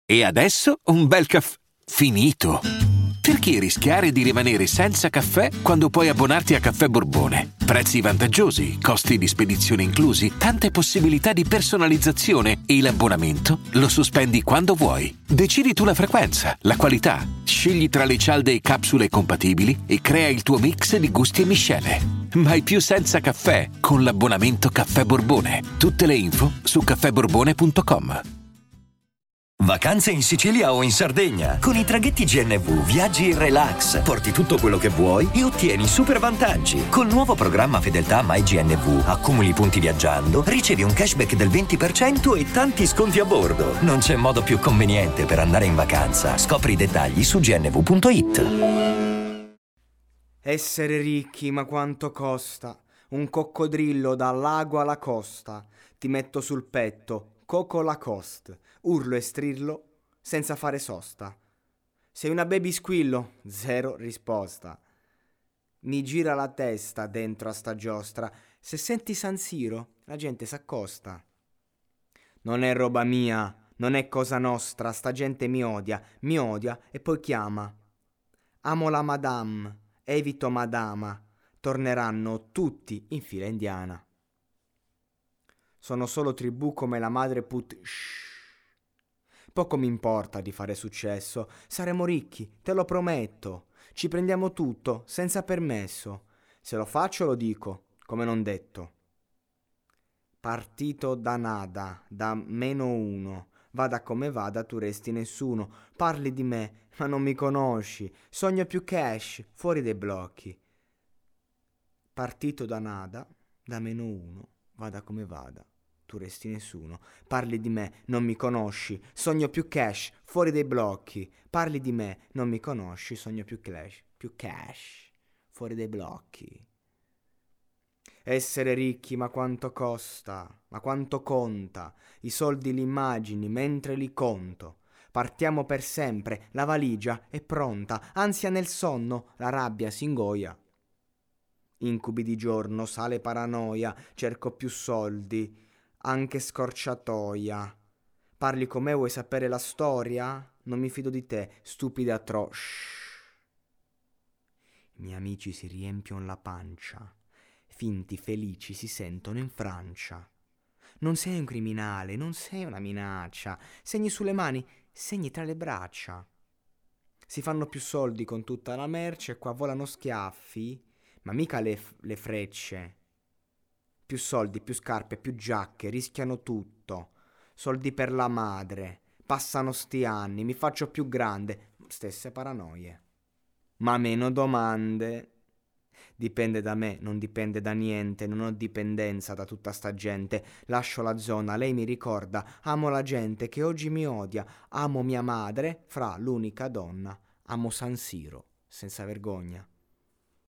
E adesso un bel caffè finito. Perché rischiare di rimanere senza caffè quando puoi abbonarti a Caffè Borbone? Prezzi vantaggiosi, costi di spedizione inclusi, tante possibilità di personalizzazione e l'abbonamento lo sospendi quando vuoi. Decidi tu la frequenza, la qualità, scegli tra le cialde e capsule compatibili e crea il tuo mix di gusti e miscele. Mai più senza caffè con l'abbonamento Caffè Borbone. Tutte le info su caffèborbone.com. Vacanze in Sicilia o in Sardegna. Con i traghetti GNV viaggi in relax, porti tutto quello che vuoi e ottieni super vantaggi. Col nuovo programma Fedeltà MyGNV accumuli punti viaggiando, ricevi un cashback del 20% e tanti sconti a bordo. Non c'è modo più conveniente per andare in vacanza. Scopri i dettagli su gnv.it. Essere ricchi, ma quanto costa? Un coccodrillo dal lago alla costa. Ti metto sul petto, Coco Lacoste, urlo e strillo senza fare sosta. Sei una baby squillo, zero risposta. Mi gira la testa dentro a sta giostra. Se senti San Siro, la gente s'accosta. Non è roba mia, non è cosa nostra, sta gente mi odia e poi chiama. Amo la madame, evito madama, torneranno tutti in fila indiana. Sono solo tribù come la madre Poco mi importa di fare successo, saremo ricchi, te lo prometto. Ci prendiamo tutto, senza permesso. Se lo faccio lo dico, come non detto. Partito da nada, da -1. Vada come vada, tu resti nessuno. Parli di me, ma non mi conosci. Sogno più cash, fuori dai blocchi. Partito da nada, da -1. Vada come vada, tu resti nessuno. Parli di me, non mi conosci. Sogno più cash, fuori dai blocchi. Parli di me, non mi conosci. Sogno più cash, fuori dai blocchi. Essere ricchi, ma quanto costa? Ma quanto conta? I soldi li immagini mentre li conto. Partiamo per sempre, la valigia è pronta. Ansia nel sonno, la rabbia si ingoia. Incubi di giorno, sale paranoia, cerco più soldi, anche scorciatoia. Parli con me, vuoi sapere la storia? Non mi fido di te, stupida I miei amici si riempiono la pancia, finti felici si sentono in Francia. Non sei un criminale, non sei una minaccia, segni sulle mani, segni tra le braccia. Si fanno più soldi con tutta la merce, qua volano schiaffi, ma mica le frecce. Più soldi, più scarpe, più giacche, rischiano tutto. Soldi per la madre. Passano sti anni, mi faccio più grande. Stesse paranoie. Ma meno domande. Dipende da me, non dipende da niente, non ho dipendenza da tutta sta gente. Lascio la zona, lei mi ricorda, amo la gente che oggi mi odia, amo mia madre, fra l'unica donna, amo San Siro, senza vergogna.